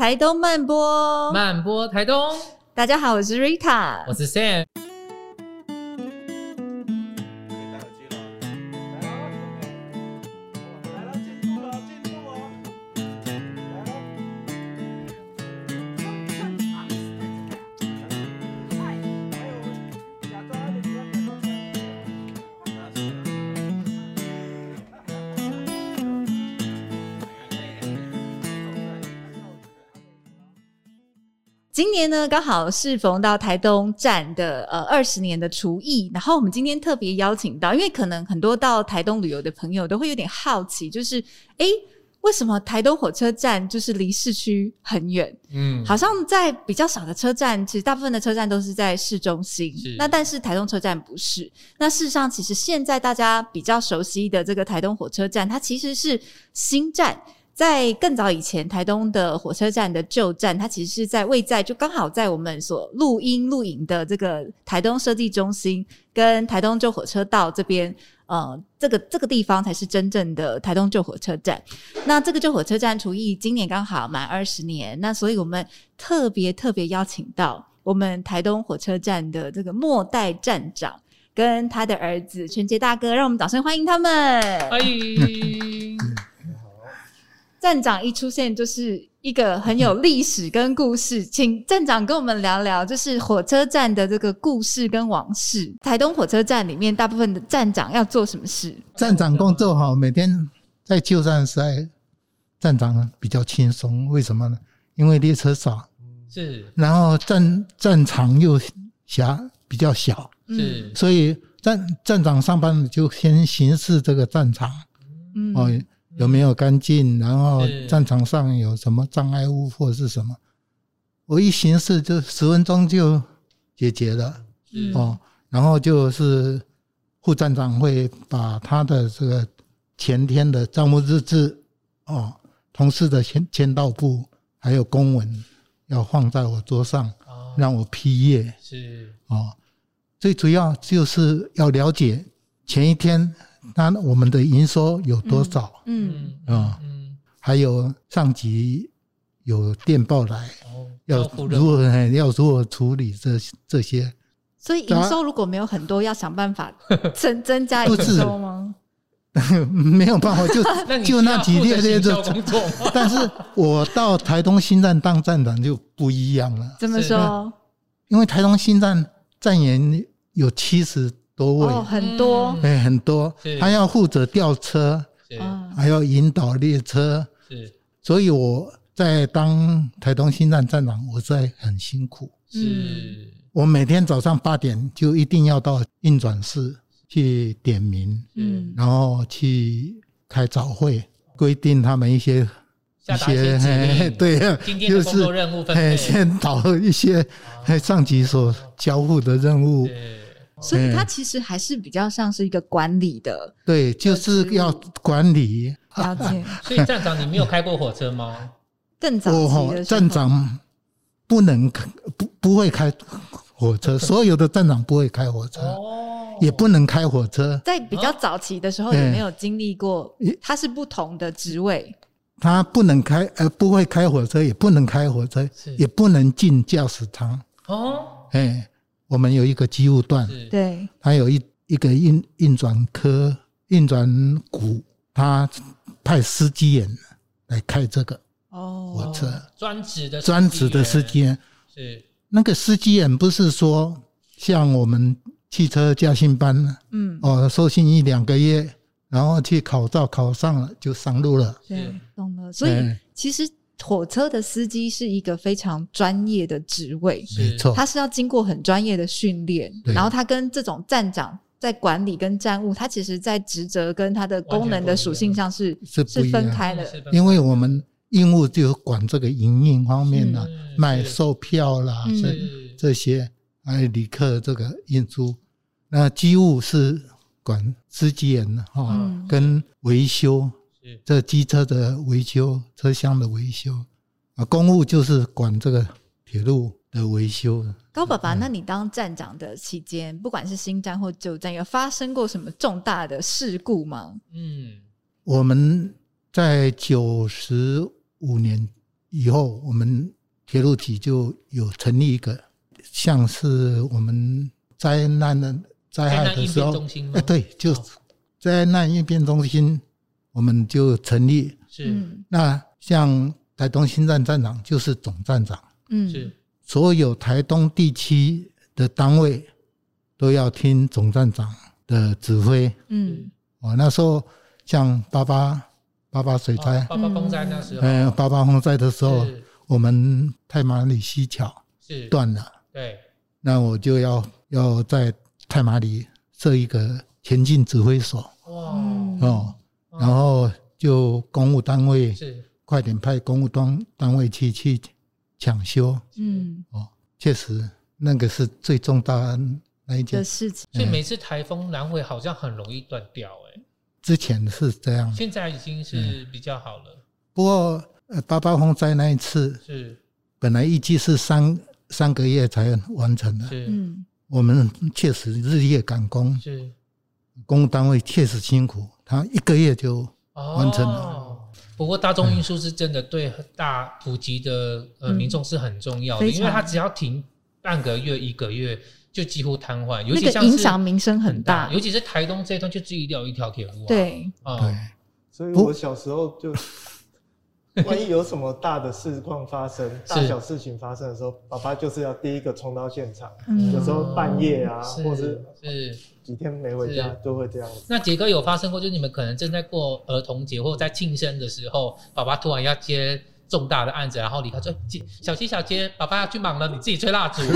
台东慢播， 慢播台东。 大家好，我是 Rita， 我是 Sam。 今年呢，刚好适逢到台东站的20年的除役，然后我们今天特别邀请到，因为可能很多到台东旅游的朋友都会有点好奇，就是为什么台东火车站就是离市区很远？好像在比较少的车站，其实大部分的车站都是在市中心，那但是台东车站不是。那事实上，其实现在大家比较熟悉的这个台东火车站，它其实是新站。在更早以前，台东的火车站的旧站，它其实是位在就刚好在我们所录影的这个台东设计中心跟台东旧火车道这边，这个地方才是真正的台东旧火车站。那这个旧火车站除役今年刚好满20年，那所以我们特别邀请到我们台东火车站的这个末代站长跟他的儿子全杰大哥，让我们掌声欢迎他们。 欢迎。 站长一出现就是一个很有历史跟故事，请站长跟我们聊聊就是火车站的这个故事跟往事。台东火车站里面大部分的站长要做什么事？ 站长工作好，每天在旧站时站长比较轻松，为什么呢？因为列车少， 是，然后站场又比较小， 是， 所以站长上班就先巡视这个站场，有没有干净，然后站场上有什么障碍物或是什么，我一巡视就10分钟就解决了，然后就是副站长会把他的这个前天的账目日志，同事的签到簿还有公文要放在我桌上，让我批阅， 是， 最主要就是要了解前一天我们的营收有多少，还有上级有电报来，要如何处理这些。 所以营收如果没有很多，要想办法增加营收吗？ 没有办法，就那几列的工作。 但是我到台东新站当站长就不一样了。 怎么说？ 因为台东新站站员有70多位， 很多， 很多，他要负责调车，还要引导列车，所以我在当台东新站站长，我在很辛苦。我每天早上8点就一定要到运转室去点名，然后去开早会，规定他们一些对， 今天的工作任务分配， 先导一些上级所交付的任务。 所以它其实还是比较像是一个管理的， 对，就是要管理。 了解。 所以站长，你没有开过火车吗？ 更早期的时候， 站长不会开火车，所有的站长不会开火车，也不能开火车。 在比较早期的时候，也没有经历过，它是不同的职位。 他不会开火车，也不能开火车，也不能进驾驶舱。我们有一个机务段， 对， 还有一个运转科运转股，他派司机员来开这个火车， 专职的司机员。 是那个司机员不是说像我们汽车驾训班，受训1-2个月，然后去考照考上了就上路了。 对，懂了。所以其实火车的司机是一个非常专业的职位， 没错， 他是要经过很专业的训练，然后他跟这种站长在管理跟站务，他其实在职责跟他的功能的属性上是分开的。 因为我们营务就管这个营运方面啦，卖售票啦，这些还有旅客这个运输，那机务是管司机员跟维修，这机车的维修，车厢的维修，公务就是管这个铁路的维修。 高爸爸，那你当站长的期间，不管是新站或旧站，有发生过什么重大的事故吗？ 我们在95年以后，我们铁路局就有成立一个，像是我们灾害的时候，对，就灾难应变中心，我们就成立。 是， 那像台东新站站长就是总站长， 是， 所有台东地区的单位都要听总站长的指挥。那时候像八八水灾， 八八风灾那时候， 八八风灾的时候，我们太马里溪桥断了， 对， 那我就要在太马里设一个前进指挥所。然后就公务单位快点派公务单位去抢修。确实那个是最重大的那一件事情。 所以每次台风南回好像很容易断掉。 之前是这样， 现在已经是比较好了。 不过八八风灾那一次是本来预计是三个月才完成的。我们确实日夜赶工，公务单位确实辛苦，他1个月就完成了。 不过大众运输是真的对大普及的民众是很重要的，因为他只要停半个月1个月就几乎瘫痪，尤其像是影响民生很大， 尤其是台东这一段就只有一条铁路。 对， 所以我小时候就万一有什么大的事况发生，大小事情发生的时候，爸爸就是要第一个冲到现场。有时候半夜啊，或是几天没回家，都会这样子。 那杰哥有发生过，就是你们可能正在过儿童节或者在庆生的时候，爸爸突然要接重大的案子，然后离开说：“小杰，爸爸要去忙了，你自己吹蜡烛。”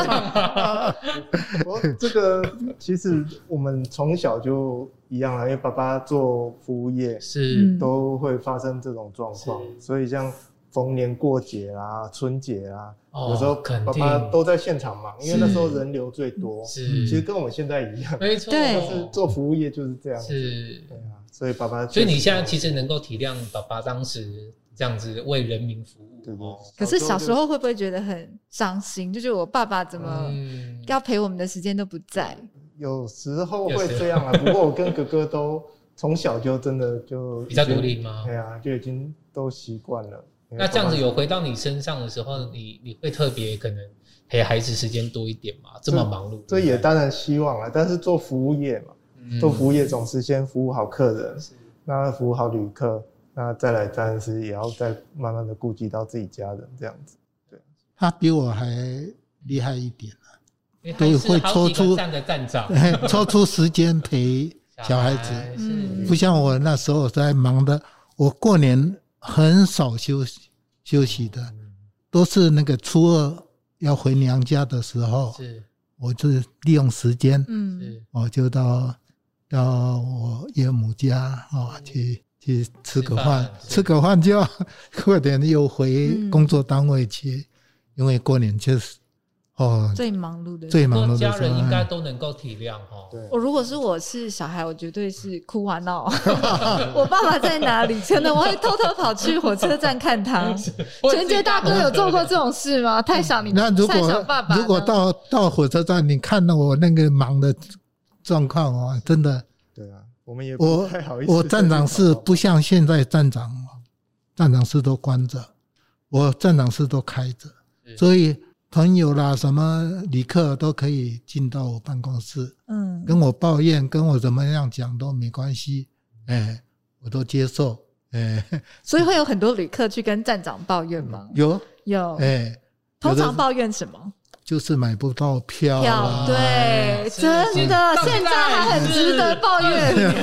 这个其实我们从小就一样啦，因为爸爸做服务业，都会发生这种状况，所以像逢年过节啦、春节啦，有时候爸爸都在现场忙，因为那时候人流最多。其实跟我们现在一样， 没错， 就是做服务业就是这样子。 对啊，所以爸爸， 所以你现在其实能够体谅爸爸当时这样子为人民服务。 对。 可是小时候会不会觉得很伤心？就是我爸爸怎么要陪我们的时间都不在？ 有时候会这样啊，不过我跟哥哥都从小就真的就比较独立吗？ 对啊，就已经都习惯了。 那这样子有回到你身上的时候，你会特别可能陪孩子时间多一点吗？这么忙碌， 这也当然希望啊。但是做服务业嘛，做服务业总是先服务好客人，那服务好旅客，那再来当然是也要再慢慢的顾及到自己家人这样子。对， 他比我还厉害一点啊，都会抽出站的站长， 抽出时间陪小孩子，不像我那时候在忙的，我过年很少休息的，都是那个初2要回娘家的时候，我就利用时间，我就到我岳母家去吃个饭，吃个饭就要快点又回工作单位去，因为过年确实最忙碌的时候，家人应该都能够体谅如果是我是小孩，我绝对是哭啊闹。我爸爸在哪里？可能我会偷偷跑去火车站看他。全杰大哥有做过这种事吗？太想你， 那太想爸爸。 如果到火车站，你看到我那个忙的状况真的。 对啊，我们也不太好意思。 我站长室不像现在站长室都关着，我站长室都开着，所以朋友啦什么旅客都可以进到我办公室，跟我抱怨，跟我怎么样讲都没关系，我都接受， 所以会有很多旅客去跟站长抱怨吗？ 有， 通常抱怨什么？ 就是买不到票啦， 对，真的，现在还很值得抱怨。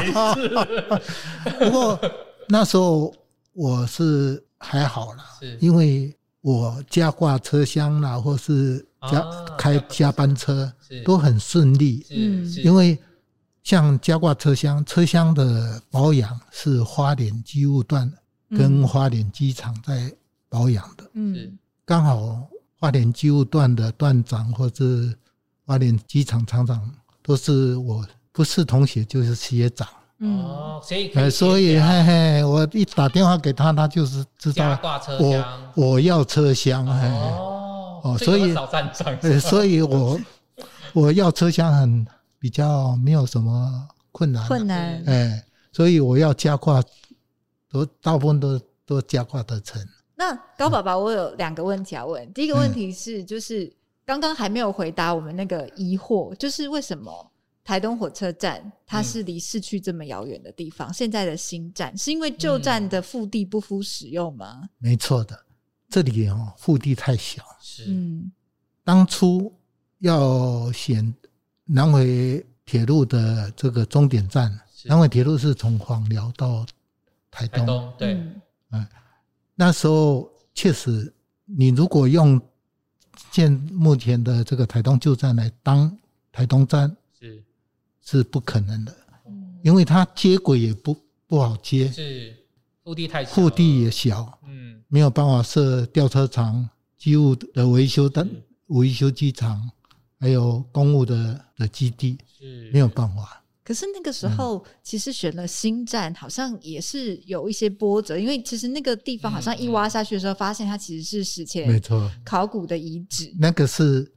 不过那时候我是还好啦，因为我加挂车厢啦，或是开加班车都很顺利。因为像加挂车厢的保养是花莲机务段跟花莲机场在保养的。刚好花莲机务段的段长或是花莲机场厂长都是我不是同学就是学长。所以我一打电话给他，他就是知道我要车厢。所以所以我要车厢比较没有什么困难。所以我要加挂大部分都加挂得成。 那高爸爸，我有2个问题要问。第一个问题是，就是刚刚还没有回答我们那个疑惑，就是为什么台东火车站它是离市区这么遥远的地方，现在的新站是因为旧站的腹地不敷使用吗？ 没错的，这里腹地太小。 是， 当初要选南回铁路的这个终点站，南回铁路是从枋寮到台东， 对， 那时候确实，你如果用目前的这个台东旧站来当台东站，是不可能的，因为它接轨也不好接， 是腹地太小， 腹地也小，没有办法设吊车场、机务的维修机场，还有公务的基地，没有办法。 可是那个时候其实选了新站好像也是有一些波折，因为其实那个地方好像一挖下去的时候发现它其实是史前没错考古的遗址。 那个是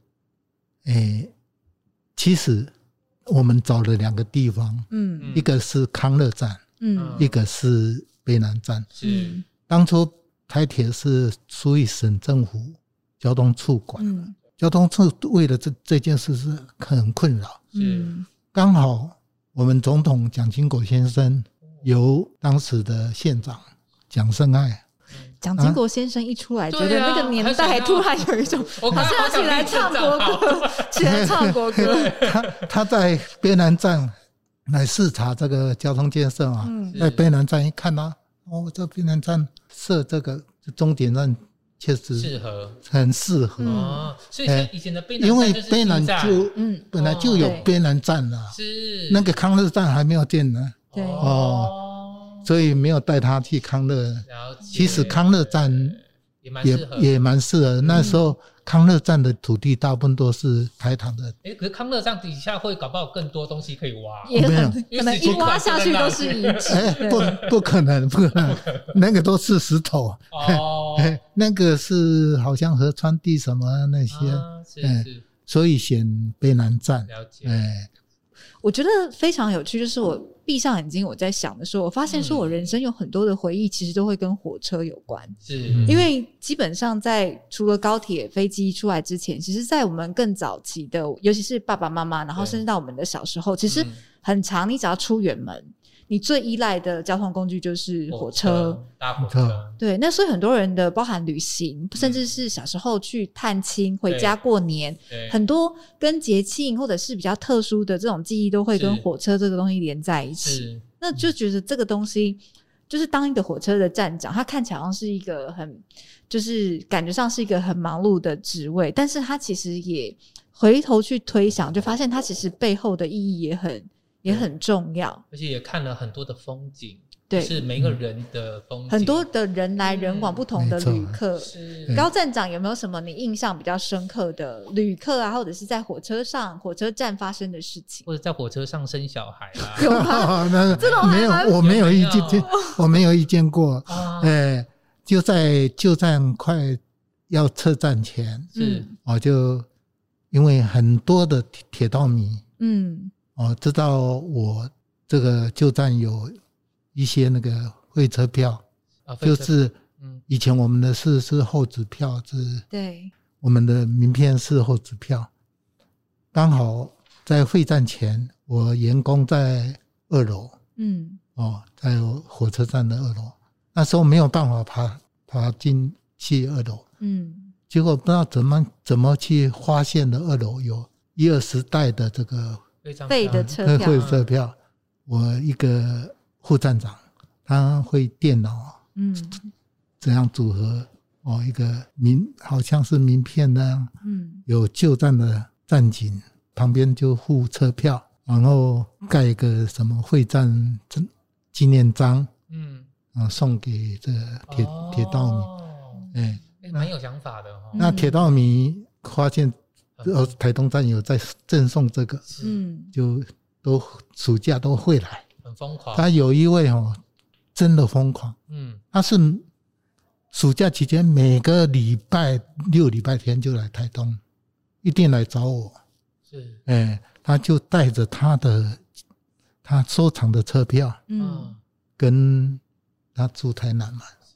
其实我们找了2个地方，一个是康乐站，一个是卑南站。当初台铁是属于省政府交通处管，交通处为了这件事是很困扰。刚好我们总统蒋经国先生由当时的县长蒋胜爱， 蒋经国先生一出来，觉得那个年代突然有一种好像要起来唱国歌，起来唱国歌。 他在卑南站来视察这个交通建设嘛，在卑南站一看到，这卑南站设这个终点站确实很适合。 所以像以前的卑南站， 因为卑南就本来就有卑南站了，那个康乐站还没有建呢。 对所以没有带他去康乐。其实康乐站也蛮适合。那时候康乐站的土地大部分都是台糖的。 可是康乐站底下会搞不好更多东西可以挖， 也可能一挖下去都是遗址。 不可能，那个都是石头。那个是好像河川地什么那些，所以选卑南站。 了解。 我觉得非常有趣，就是我闭上眼睛我在想的时候，我发现说我人生有很多的回忆其实都会跟火车有关。因为基本上在除了高铁飞机出来之前，其实在我们更早期的，尤其是爸爸妈妈，然后甚至到我们的小时候，其实很长，你只要出远门，你最依赖的交通工具就是火车， 搭火车。 对，那所以很多人的包含旅行，甚至是小时候去探亲、回家过年，很多跟节庆或者是比较特殊的这种记忆都会跟火车这个东西连在一起。那就觉得这个东西就是当一个火车的站长，他看起来好像是一个就是感觉上是一个很忙碌的职位，但是他其实也回头去推想，就发现他其实背后的意义也很重要， 而且也看了很多的风景。 对， 是每个人的风景， 很多的人来人往，不同的旅客。高站长有没有什么你印象比较深刻的旅客啊，或者是在火车上、火车站发生的事情， 或者在火车上生小孩啊？ 有吗？这种没有，我没有遇见过。就在旧站快要撤站前，我就因为很多的铁道迷，知道我这个旧站有一些那个汇车票，就是以前我们的是厚纸票， 对， 我们的名片是厚纸票。刚好在会站前，我员工在2楼，在火车站的2楼，那时候没有办法爬进去2楼，结果不知道怎么去发现的2楼有10-20袋的这个废的车票，我一个副站长，他会电脑，这样组合一个好像是名片那样，有旧站的站景，旁边就附车票，然后盖一个什么会站纪念章，送给这个铁道迷， 蛮有想法的。 那铁道迷发现台东站有在赠送这个，就都暑假都会来。 很疯狂。 他有一位真的疯狂，他是暑假期间每个礼拜6、礼拜天就来台东，一定来找我。他就带着他收藏的车票，跟他住台南嘛，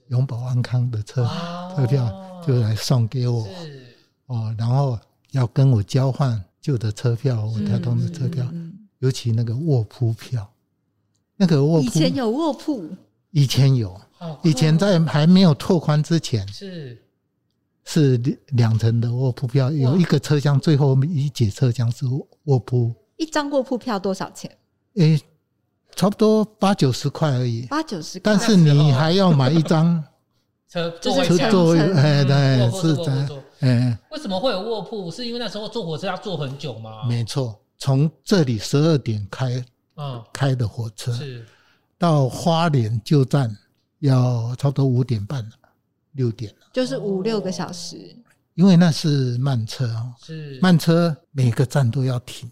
永保安康的车票就来送给我，然后要跟我交换旧的车票，我台东的车票，尤其那个卧铺票，那个卧铺以前有卧铺， 以前有，以前在还没有拓宽之前是2层的卧铺票，有一个车厢最后一节车厢是卧铺。 一张卧铺票多少钱？ 差不多80-90块而已 ，80-90块， 但是你还要买一张座位， 对，是的。 为什么会有卧铺？是因为那时候坐火车要坐很久吗？ 没错，从这里12点开的火车，到花莲旧站要差不多5点半了，6点了， 就是5-6个小时。 因为那是慢车慢车每个站都要停，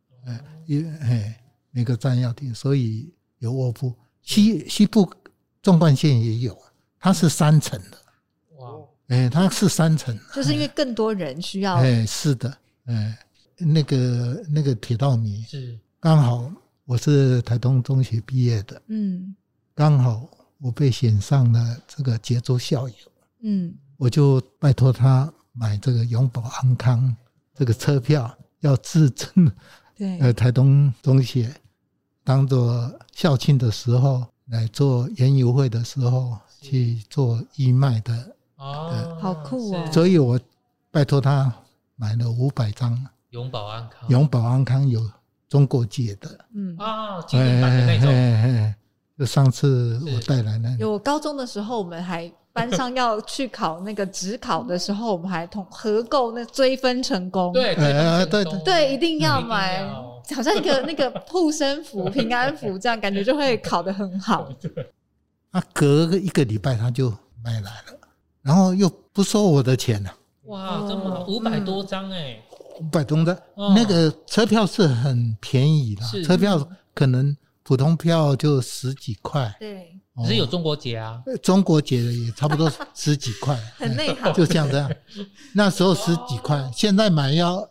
每个站要停，所以有卧铺。西部纵贯线也有，它是3层的。哇，它是3层， 就是因为更多人需要。 是的，那个铁道迷是刚好我是台东中学毕业的，刚好我被选上了这个杰出校友，我就拜托他买这个永保安康这个车票，要自赠台东中学。当作校庆的时候来做园游会的时候去做义卖的， 好酷哦！ 所以我拜托他买了500张永保安康。 永保安康有中国结的， 纪念版的那种。 就上次我带来那有高中的时候，我们还班上要去考那个指考的时候，我们还合购那追分成功。对，一定要买。好像一个那个护身符、平安符，这样感觉就会考得很好。 隔1个礼拜他就买来了，然后又不收我的钱了。 哇，这么好，500多张 500多张，那个车票是很便宜的，车票可能普通票就10几块。 对， 只是有中国结啊， 中国结的也差不多10几块， 很内行。 就像这样，那时候10几块，现在买要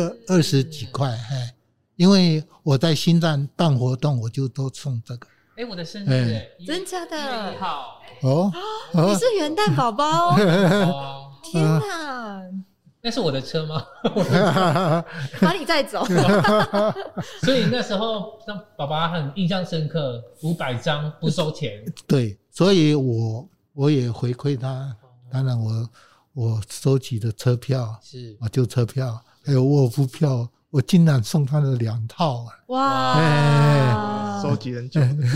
20几块，因为我在新站办活动，我就都送这个。 我的生日真假的 1月1号你是元旦宝宝天哪！ 那是我的车吗？ 把你载走。 所以那时候让爸爸很印象深刻，500张不收钱。 对，所以我也回馈他。当然我收集的车票是旧车票，还有卧铺票。我竟然送他了2套。 哇，收集很久。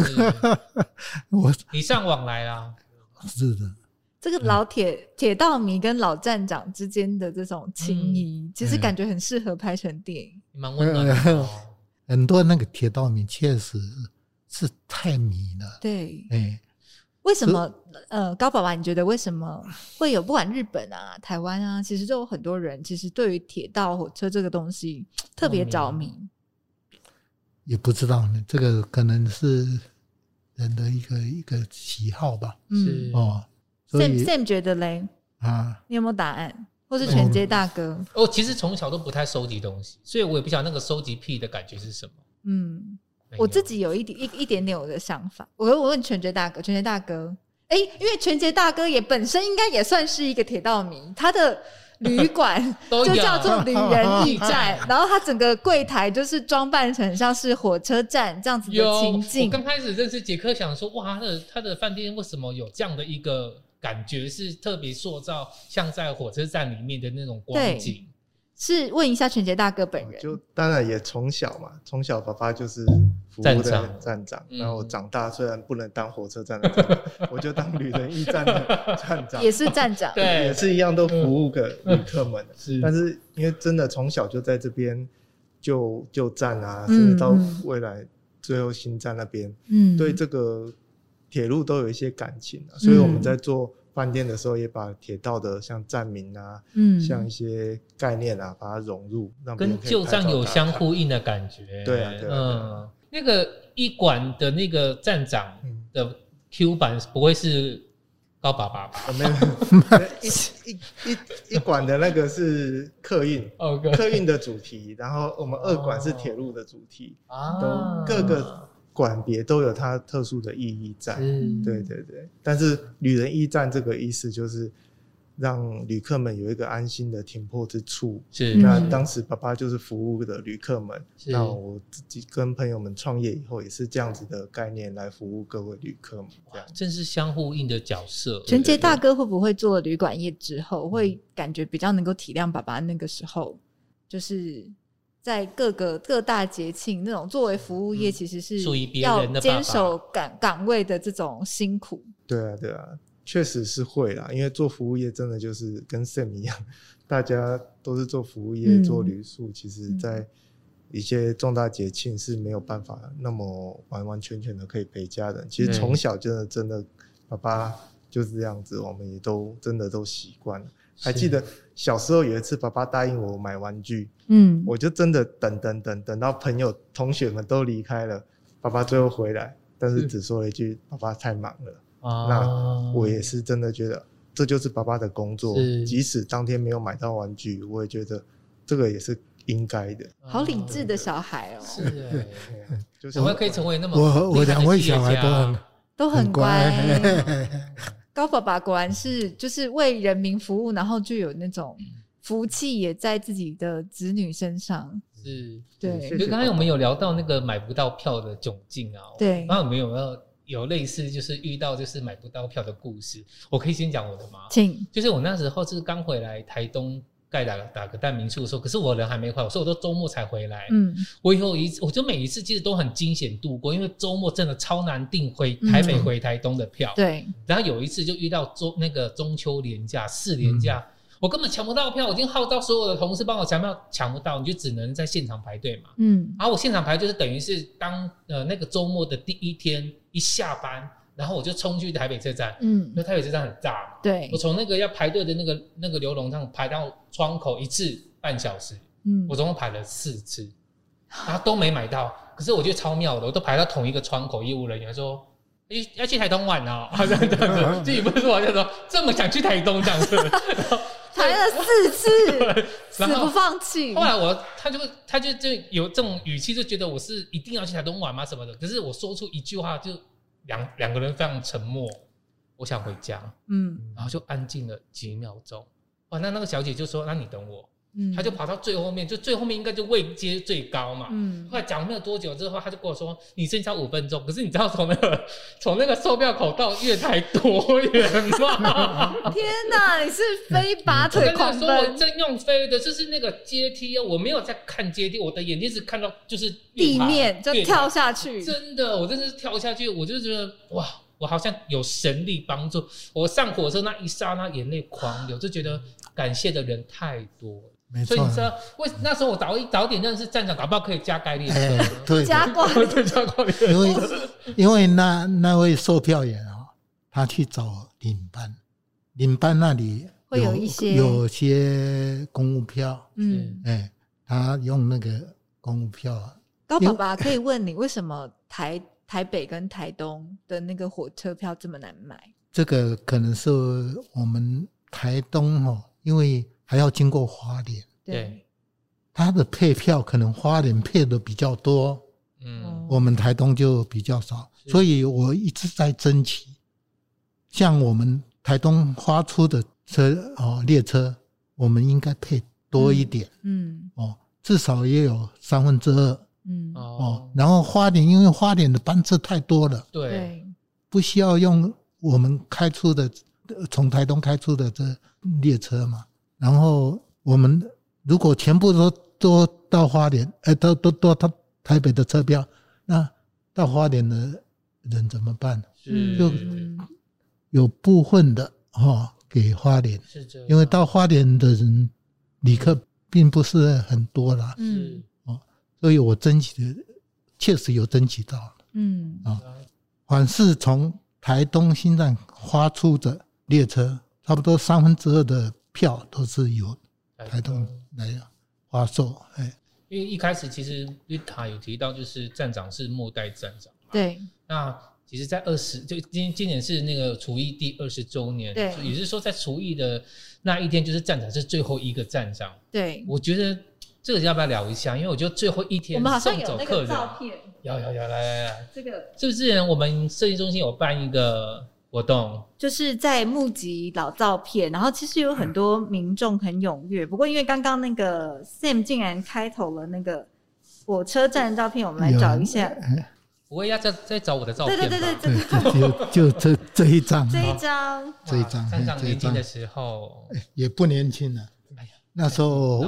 礼尚往来啦。 是的， 这个老铁道迷跟老站长之间的这种情谊，其实感觉很适合拍成电影， 蛮温暖的。 很多那个铁道迷确实是太迷了。 对，为什么高爸爸你觉得为什么会有不管日本啊台湾啊，其实都有很多人其实对于铁道火车这个东西特别着迷？ 也不知道呢，这个可能是人的一个喜好吧。 是 Sam 觉得嘞你有没有答案？或是全街大哥？ 其实从小都不太收集东西，所以我也不晓得那个收集癖的感觉是什么。 我自己有一点点我的想法。我问全杰大哥，因为全杰大哥也本身应该也算是一个铁道迷，他的旅馆就叫做旅人驿站，然后他整个柜台就是装扮成像是火车站这样子的情境。 我刚开始认识杰克，想说哇，他的饭店为什么有这样的一个感觉，是特别塑造像在火车站里面的那种光景。 是问一下全杰大哥本人， 就当然也从小爸爸就是服务的站长，然后我长大虽然不能当火车站的站长，我就当旅人驿站的站长， 也是站长， 对，也是一样都服务个旅客们。但是因为真的从小就在这边就站啊，甚至到未来最后新站那边，对这个铁路都有一些感情所以我们在做饭店的时候也把铁道的像站名啊，像一些概念啊把它融入，让跟旧站有相呼应的感觉。 对啊， 那个一馆的那个站长的 Q 版不会是高爸爸吧？ 没有，一馆的那个是客运，客运的主题，然后我们2馆是铁路的主题，都各个馆别都有它特殊的意义在。对对对。但是旅人驿站这个意思就是让旅客们有一个安心的停泊之处。 是。 那当时爸爸就是服务的旅客们，那我自己跟朋友们创业以后也是这样子的概念来服务各位旅客们。这样真是相互应的角色。 全杰大哥会不会做了旅馆业之后，会感觉比较能够体谅爸爸那个时候，就是在各大节庆那种作为服务业，其实是要坚守岗位的这种辛苦。 对啊，对啊。确实是会啦，因为做服务业真的就是跟 Sam 一样，大家都是做服务业、做旅宿，其实在一些重大节庆是没有办法那么完完全全的可以陪家人。其实从小真的爸爸就是这样子，我们也都真的都习惯了。还记得小时候有一次爸爸答应我买玩具，我就真的等到朋友同学们都离开了，爸爸最后回来，但是只说了一句爸爸太忙了。那我也是真的觉得这就是爸爸的工作，即使当天没有买到玩具，我也觉得这个也是应该的。 好理智的小孩哦。 是耶，就是我可以成为那么我两位小孩都很乖。高爸爸果然是就是为人民服务，然后就有那种福气也在自己的子女身上。 是， 对。 就刚才我们有聊到那个买不到票的窘境啊， 对， 那我们有类似就是遇到就是买不到票的故事？我可以先讲我的吗？ 请。 就是我那时候是刚回来台东盖打个蛋民宿的时候，可是我人还没回来，所以我都周末才回来。我就每一次其实都很惊险度过，因为周末真的超难订回台北回台东的票。 对。 然后有一次就遇到那个中秋连假4连假，我根本抢不到票，我已经号召所有的同事帮我抢票，抢不到，你就只能在现场排队嘛。然后我现场排队是等于是当那个周末的第一天一下班，然后我就冲去台北车站。因为台北车站很大嘛。 对。 我从那个要排队的那个流笼上排到窗口一次半小时。我总共排了4次，然后都没买到。可是我觉得超妙的，我都排到同一个窗口，业务人员说要去台东玩哦，这样子，就也不是说我就说这么想去台东这样子。 排了4次，死不放弃。 后来他就有这种语气，就觉得我是一定要去台东玩吗什么的。可是我说出一句话，就两个人非常沉默。我想回家，然后就安静了几秒钟。哇，那个小姐就说：“那你等我。”他就跑到最后面，就最后面应该就位阶最高嘛。后来讲没有多久之后，他就跟我说：“你剩下5分钟。”可是你知道从那个售票口到月台多远吗？ 天哪，你是飞拔腿狂奔！ 我正用飞的，就是那个阶梯，我没有在看阶梯，我的眼睛只看到就是地面，就跳下去。 真的，我真的是跳下去，我就觉得哇，我好像有神力帮助我上火车那一刹那，眼泪狂流，就觉得感谢的人太多了。所以你知道，那时候我早点认识站长，搞不好可以加盖列车。 对， 加挂因为那位售票员他去找领班那里会有些公务票，他用那个公务票。 高爸爸可以问你，为什么台北跟台东的那个火车票这么难买？ 这个可能是我们台东因为还要经过花莲， 对， 他的配票可能花莲配的比较多，我们台东就比较少，所以我一直在争取，像我们台东发出的列车，我们应该配多一点，至少也有2/3，然后花莲因为花莲的班次太多了， 对， 不需要用我们开出的从台东开出的这列车嘛。然后我们如果全部都到花莲，都到台北的车票，那到花莲的人怎么办？就有部分的给花莲，因为到花莲的人旅客并不是很多啦，所以我确实有争取到了，凡是从台东新站发出的列车，差不多2/3的票都是由台东来发售。 因为一开始其实丽卡有提到，就是站长是末代站长嘛， 对。 那其实在就今年是那个除役第20周年， 对， 也就是说在除役的那一天，就是站长是最后一个站长。 对， 我觉得这个要不要聊一下？因为我觉得最后一天我们好像有那个送走客人， 照片， 有来， 这个是不是我们设计中心有办一个活动， 就是在募集老照片，然后其实有很多民众很踊跃。不过因为刚刚那个 Sam 竟然开头了那个火车站的照片，我们来找一下。 不会要再找我的照片吧？ 对，就这一张， 这一张， 站长年轻的时候也不年轻了，那时候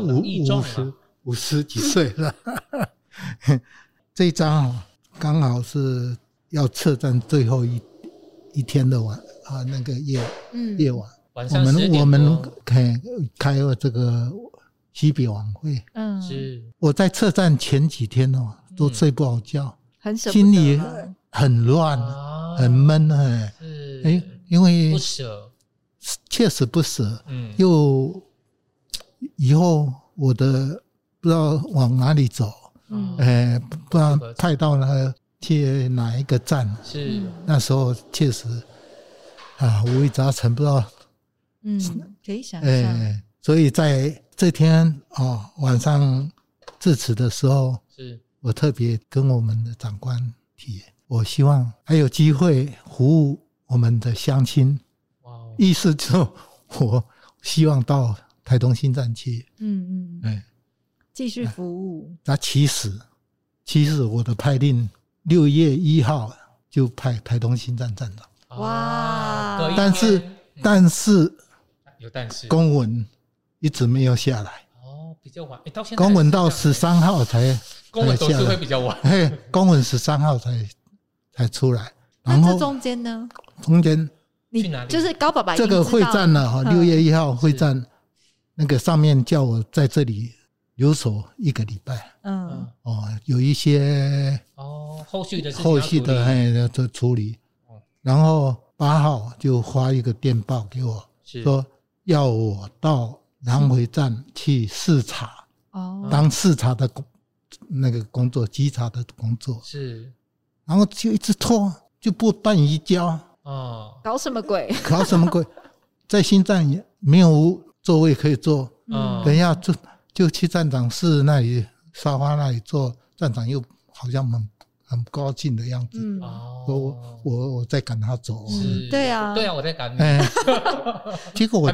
50几岁了。这一张刚好是要撤站最后一天的那个夜晚， 晚上我们开了这个惜别晚会。 是我在撤站前几天都睡不好觉，心里很乱，很闷。因为不舍， 确实不舍。又以后我的不知道往哪里走，不知道派到去哪一个站。 是那时候确实五味杂陈，不知道。 可以想象。 所以在这天晚上致辞的时候，我特别跟我们的长官提，我希望还有机会服务我们的乡亲。意思就我希望到台东新站去， 继续服务。 那其实我的派令6月1号就派台东新站站长。 哇！ 但是有但是公文一直没有下来。 比较晚，到现在公文到13号才公文都是会比较晚。 公文13号才出来。然后那这中间呢？ 中间去哪里？ 就是高爸爸这个会站了6月1号会站，那个上面叫我在这里留守1个礼拜。有一些后续的处理。然后8号就发一个电报给我，说要我到南回站去视察，当视察的那个工作，稽查的工作。然后就一直拖，就不办移交。 搞什么鬼？ 在新站也没有座位可以坐。等一下就去站长室那里沙发那里坐，站长又好像很不高兴的样子。说我在赶他走。 对啊， 我在赶你。 结果我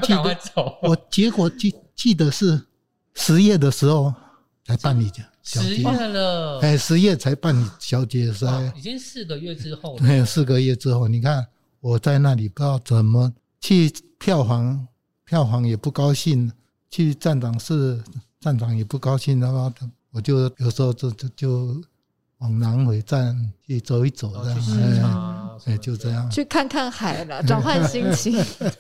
记得是10月的时候才办理小结。 10月了 ，10月才办理小结赛。 已经4个月之后了。 4个月之后，你看我在那里不知道怎么去票房也不高兴，去站长室站长也不高兴，然后我就有时候就往南回站去走一走，就这样去看看海了，转换心情。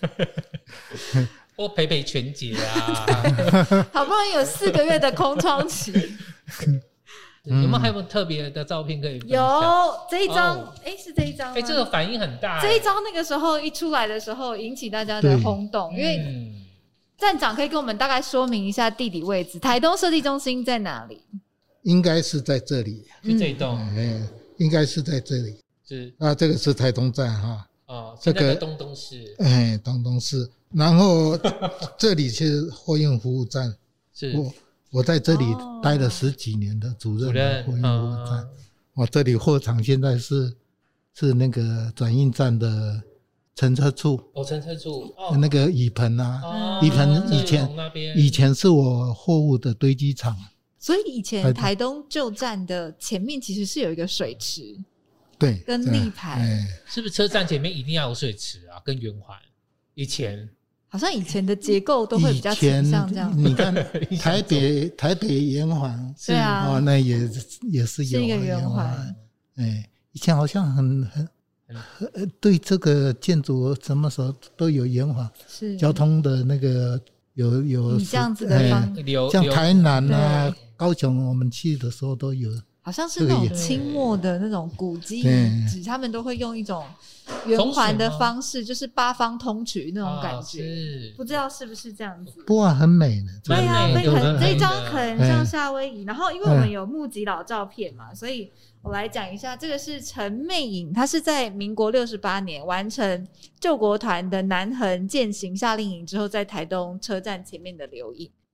或陪全节好不容易有4个月的空窗期。 有没有还有特别的照片可以分享？ 有这一张，是这一张吗？ 这个反应很大。 这一张那个时候一出来的时候，引起大家的轰动，因为站长可以跟我们大概说明一下地理位置，台东设计中心在哪里？ 应该是在这里， 就这一栋。 应该是在这里。这个是台东站哈。 这个东东市。 东东市。然后这里是货运服务站。我在这里待了10几年的主任货运服务站。这里货场现在是那个转运站的乘车处。乘车处。那个雨棚雨棚以前是我货物的堆积场。 所以以前台东旧站的前面其实是有一个水池， 对， 跟立牌。 是不是车站前面一定要有水池跟圆环？以前好像以前的结构都会比较倾向这样。 你看台北圆环， 对啊， 那也是有一个圆环。 以前好像很对这个建筑什么时候都有圆环，是交通的那个有以这样子的方， 像台南高雄我们去的时候都有， 好像是那种清末的那种古迹遗址，他们都会用一种圆环的方式，就是8方通衢那种感觉，不知道是不是这样子。 不过很美呢。 对啊，这一张很像夏威夷。然后因为我们有募集老照片嘛，所以我来讲一下，这个是陈媚颖，她是在民国68年完成救国团的南横践行夏令营之后，在台东车站前面的留影。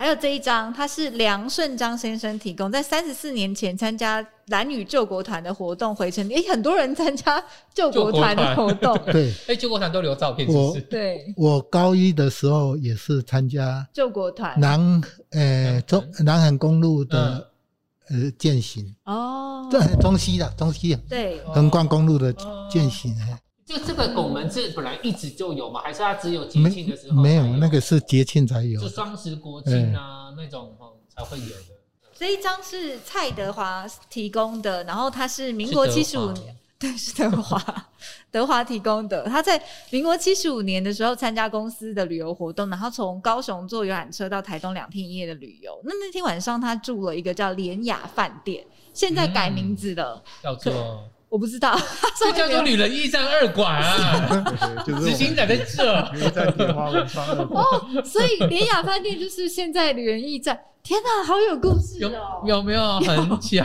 还有这一张，它是梁顺章先生提供，在34年前参加蓝屿救国团的活动回程，很多人参加救国团的活动。 对， 救国团都留照片，是不是？ 对， 我高一的时候也是参加救国团南横公路的健行哦，对，中西对， 横贯公路的健行。 就这个拱门是本来一直就有吗？还是它只有节庆的时候？ 没有，那个是节庆才有， 就双十国庆啊那种才会有的。 这一张是蔡德华提供的，然后他是民国75年，对，是德华提供的。他在民国75年的时候参加公司的旅游活动，然后从高雄坐游览车到台东2天1夜的旅游。那天晚上他住了一个叫联雅饭店，现在改名字了， 叫做。 我不知道， 这叫做旅人驿站2馆啊，执行长在这。 旅人驿站铁花文创2馆哦，所以联雅饭店就是现在旅人驿站。天哪，好有故事哦！ 有没有很巧？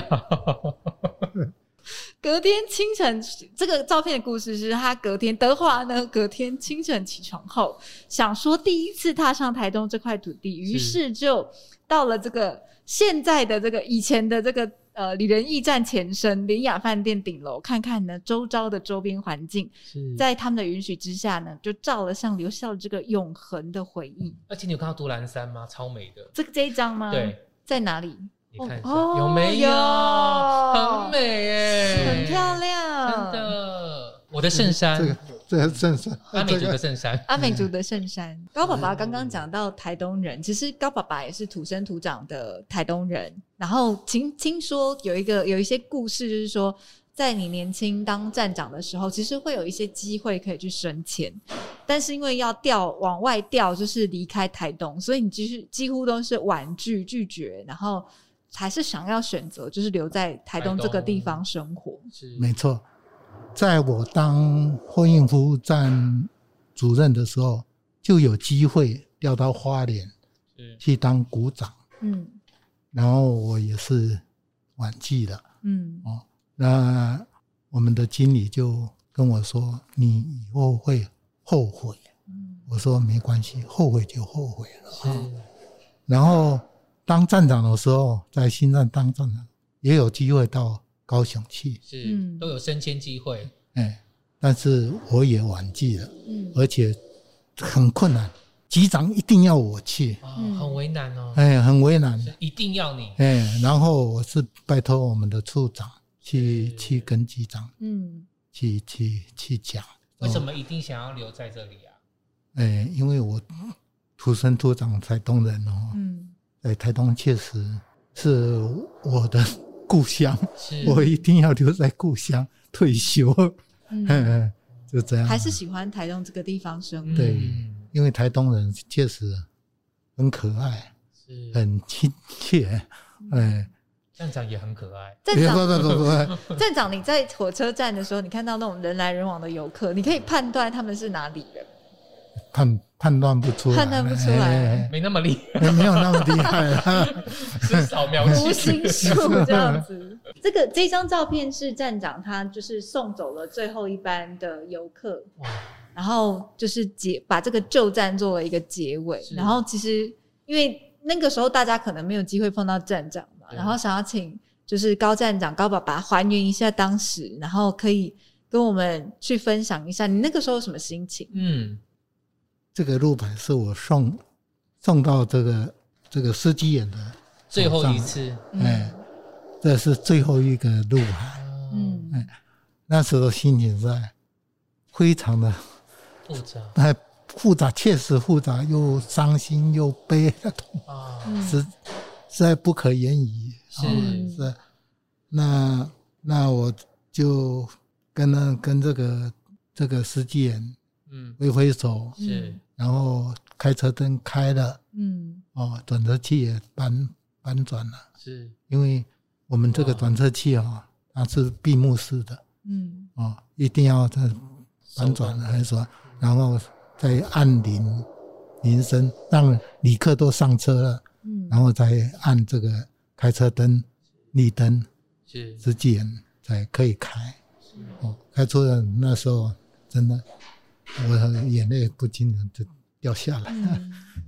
隔天清晨，这个照片的故事是他德华呢，隔天清晨起床后，想说第一次踏上台东这块土地，于是就到了这个现在的这个以前的这个旅人驿站前身联雅饭店顶楼，看看呢周遭的周边环境，在他们的允许之下呢，就照了相，留下了这个永恒的回忆。 而且你有看到独兰山吗？超美的。 这一张吗？ 对， 在哪里？ 你看一下，有没有？很美耶， 很漂亮， 真的。我的圣山， 这个圣山， 阿美族的圣山， 阿美族的圣山。高爸爸刚刚讲到台东人，其实高爸爸也是土生土长的台东人。然后听说有一些故事，就是说，在你年轻当站长的时候，其实会有一些机会可以去升迁，但是因为要往外调，就是离开台东，所以你几乎都是婉拒拒绝，然后还是想要选择就是留在台东这个地方生活。 没错。在我当货运服务站主任的时候，就有机会调到花莲去当股长，然后我也是婉拒了，那我们的经理就跟我说：“你以后会后悔。”我说：“没关系，后悔就后悔了。”然后当站长的时候，在新站当站长也有机会到高雄去， 都有升迁机会， 但是我也婉拒了，而且很困难，局长一定要我去， 很为难哦， 很为难， 一定要你， 然后我是拜托我们的处长去跟局长，去讲， 为什么一定想要留在这里啊？ 因为我土生土长台东人哦，在台东确实是我的故乡，我一定要留在故乡退休，就这样。 还是喜欢台东这个地方生活。 对，因为台东人确实很可爱，很亲切， 站长也很可爱。 站长，你在火车站的时候，你看到那种人来人往的游客，你可以判断他们是哪里人？ 判断不出来， 没那么厉害， 没有那么厉害， 是扫描器、 无心术这样子。这张照片是站长他就是送走了最后一班的游客，然后就是把这个旧站做了一个结尾。然后其实因为那个时候大家可能没有机会碰到站长嘛，然后想要请就是高站长高爸爸还原一下当时，然后可以跟我们去分享一下你那个时候有什么心情。 这个路牌是我送到这个司机员的最后一次， 这是最后一个路牌，那时候心情在非常的复杂，确实复杂，又伤心又悲痛，实在不可言语。是，那我就跟这个司机员挥挥手，然后开车灯开了，转车器也搬转了，因为我们这个转车器它是闭幕式的，一定要再搬转还是说，然后再按铃声，让旅客都上车了，然后再按这个开车灯绿灯，司机员才可以开。开出的那时候真的我眼泪不禁的就掉下来，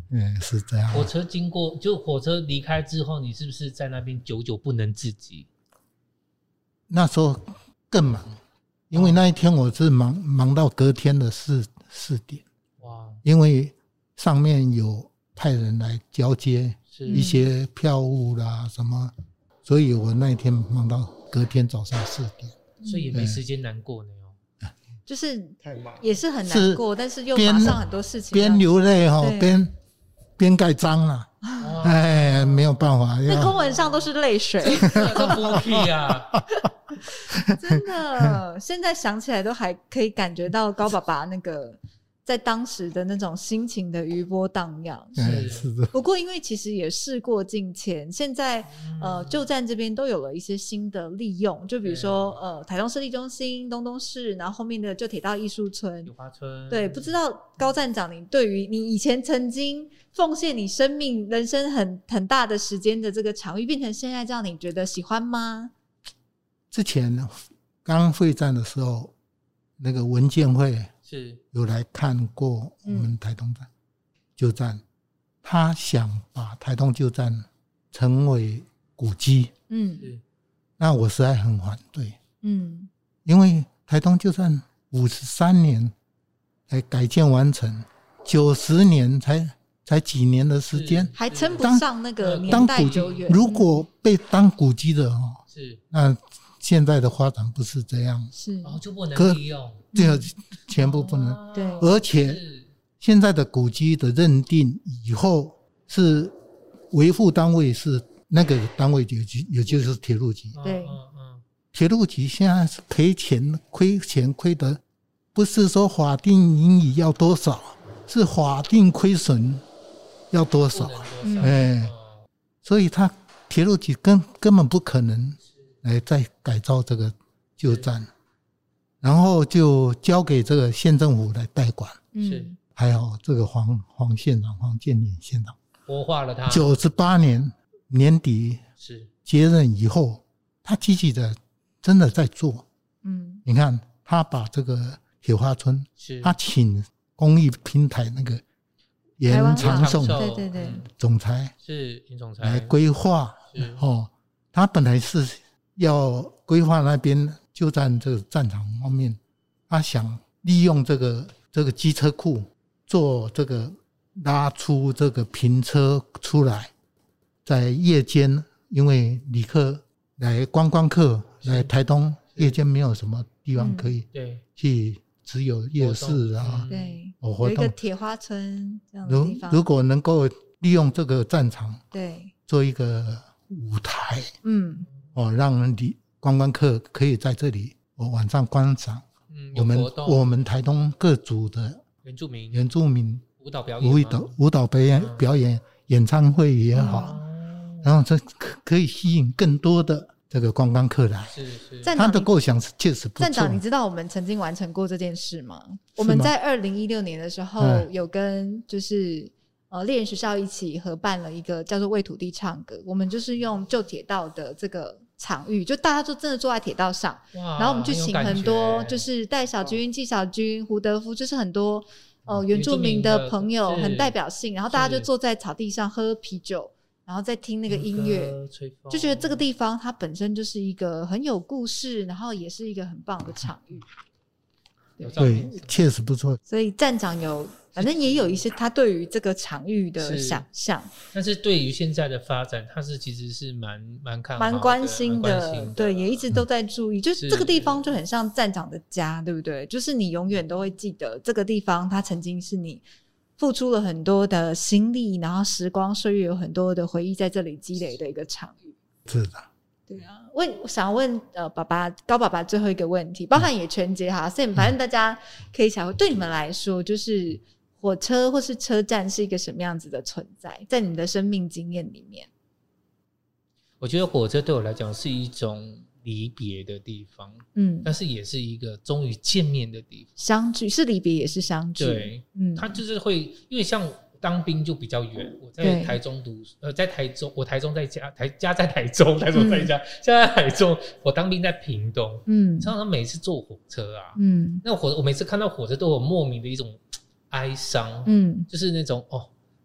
是这样。 火车经过，就火车离开之后，你是不是在那边久久不能自己？ 那时候更忙，因为那一天我是忙到隔天的4点。哇！因为上面有派人来交接一些票务啦什么，所以我那一天忙到隔天早上4点， 所以也没时间难过呢。 就是也是很难过，但是又马上很多事情， 边流泪边盖章了。哎，没有办法， 那公文上都是泪水， 都不可以啊！ 真的，现在想起来都还可以感觉到高爸爸那个在当时的那种心情的余波荡漾。 是的。 不过因为其实也事过境迁，现在旧站这边都有了一些新的利用，就比如说台东市立中心、东东市，然后后面的旧铁道艺术村、 柳花村。 对，不知道高站长，你对于你以前曾经奉献你生命人生很大的时间的这个场域变成现在这样，你觉得喜欢吗？ 之前刚会站的时候，那个文建会是有来看过我们台东站旧站，他想把台东旧站成为古迹，那我实在很反对，因为台东旧站53年才改建完成，90年才几年的时间， 还称不上那个年代久远。 如果被当古迹的那现在的发展不是这样， 就不能利用， 这全部不能。对，而且现在的古迹的认定以后是维护单位是那个单位，也就是铁路局。 对， 铁路局现在是赔钱亏得不是说法定盈余要多少，是法定亏损要多少。所以他铁路局根本不可能来再改造这个旧站，然后就交给这个县政府来代管。还好这个黄县长黄建林县长活化了他。 98年年底接任以后，他积极的真的在做。你看他把这个铁花村，他请公益平台那个严长寿总裁来规划。他本来是要规划那边旧站这个战场方面，他想利用这个机车库做这个拉出这个平车出来，在夜间，因为旅客观光客来台东，夜间没有什么地方可以去，只有夜市啊， 对，有一个铁花村这样的地方。 如果能够利用这个战场， 对， 做一个舞台，让观光客可以在这里晚上观赏我们台东各族的原住民舞蹈表演演唱会也好，然后这可以吸引更多的这个观光客来。他的构想是确实不错。 站长，你知道我们曾经完成过这件事吗？我们在2016年的时候有跟就是猎人学校一起合办了一个叫做为土地唱歌，我们就是用旧铁道的这个场域，就大家就真的坐在铁道上，然后我们去请很多就是戴小军、纪晓君、胡德夫，就是很多原住民的朋友，很代表性，然后大家就坐在草地上喝啤酒，然后再听那个音乐，就觉得这个地方它本身就是一个很有故事，然后也是一个很棒的场域。 对，确实不错。 所以站长反正也有一些他对于这个场域的想象， 但是对于现在的发展，他其实是蛮看好的， 蛮关心的，对，也一直都在注意。就是这个地方就很像站长的家，对不对？就是你永远都会记得这个地方，它曾经是你付出了很多的心力，然后时光岁月有很多的回忆在这里积累的一个场域。 是的。 对啊，我想问高爸爸最后一个问题，包含也全结哈，Sam，反正大家可以想，对你们来说，就是火车或是车站是一个什么样子的存在，在你的生命经验里面？ 我觉得火车对我来讲是一种离别的地方，但是也是一个终于见面的地方， 相聚是离别也是相聚， 对，它就是会，因为像当兵就比较远，我在台中在台中，我台中在家在台中，台中在家，现在台中，我当兵在屏东，常常每次坐火车啊，那我每次看到火车都有莫名的一种哀伤，就是那种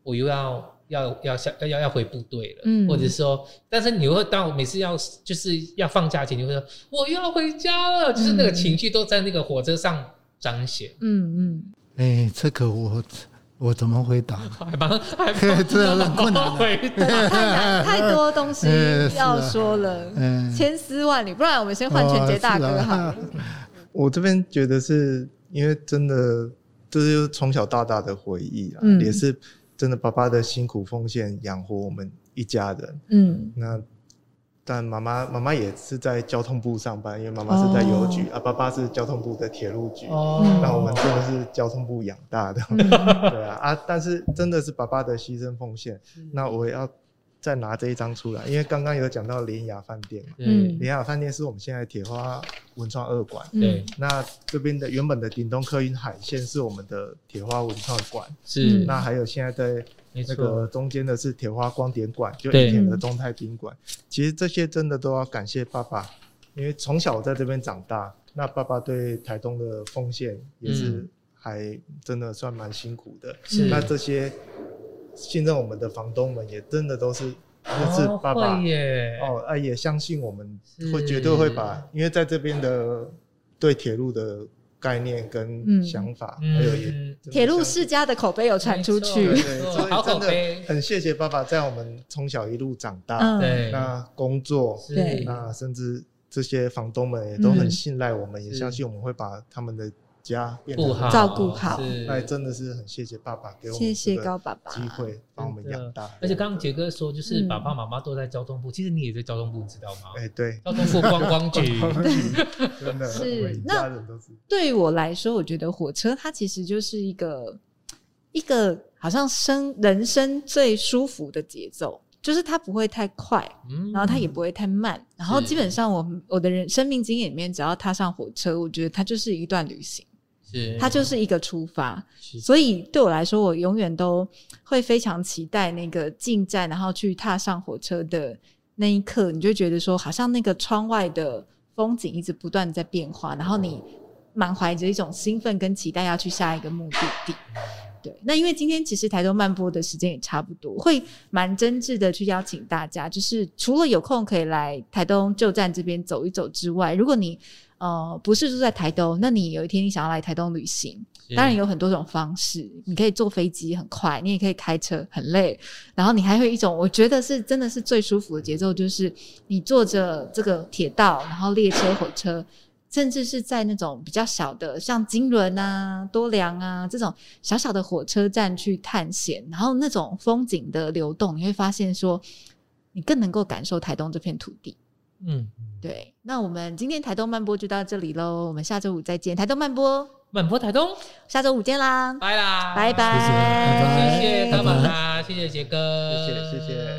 我又要回部队了，或者说，但是你会到每次就是要放假前，你会说我又要回家了，就是那个情绪都在那个火车上彰显。 这个我怎么回答？ 还这很困难， 太多东西要说了，千丝万缕，不然我们先换全杰大哥好了。 我这边觉得是因为真的这就是从小到大的回忆啦，也是真的爸爸的辛苦奉献养活我们一家人。那但妈妈也是在交通部上班，因为妈妈是在邮局爸爸是交通部的铁路局。那我们真的是交通部养大的。对啊，但是真的是爸爸的牺牲奉献。那我也要再拿这一张出来，因为刚刚有讲到联雅饭店。联雅饭店是我们现在铁花文创2馆。对，那这边的原本的顶东客运海线是我们的铁花文创馆。是，那还有现在在那个中间的是铁花光点馆，就以前的中泰宾馆。其实这些真的都要感谢爸爸，因为从小我在这边长大，那爸爸对台东的奉献也是还真的算蛮辛苦的。那这些信任我们的房东们也真的都是爸爸也相信我们会绝对会把，因为在这边的对铁路的概念跟想法，还有铁路世家的口碑有传出去， 所以真的很谢谢爸爸在我们从小一路长大，那工作，那甚至这些房东们也都很信赖我们，也相信我们会把他们的家变得照顾好。 那真的是很谢谢爸爸给我们谢谢高爸爸机会帮我们养大。 而且刚刚杰哥说，就是爸爸妈妈都在交通部，其实你也在交通部，知道吗？ 对， 交通部观光局， 真的是。那对于我来说，我觉得火车它其实就是一个好像人生最舒服的节奏。就是它不会太快，然后它也不会太慢，然后基本上我的生命经验里面，只要踏上火车，我觉得它就是一段旅行，它就是一个出发。所以对我来说，我永远都会非常期待那个进站，然后去踏上火车的那一刻，你就觉得说，好像那个窗外的风景一直不断在变化，然后你满怀着一种兴奋跟期待要去下一个目的地。对，那因为今天其实台东漫播的时间也差不多，会蛮真挚的去邀请大家，就是除了有空可以来台东旧站这边走一走之外，如果你不是住在台东，那你有一天你想要来台东旅行，当然有很多种方式，你可以坐飞机很快，你也可以开车很累，然后你还会一种我觉得是真的是最舒服的节奏，就是你坐着这个铁道，然后列车火车，甚至是在那种比较小的像金轮啊多良啊这种小小的火车站去探险，然后那种风景的流动，你会发现说你更能够感受台东这片土地。对，那我们今天台东漫播就到这里咯，我们下周五再见。台东漫播台东， 下周五见啦， 拜啦， 拜拜， 谢谢高爸爸，谢谢杰哥， 谢谢。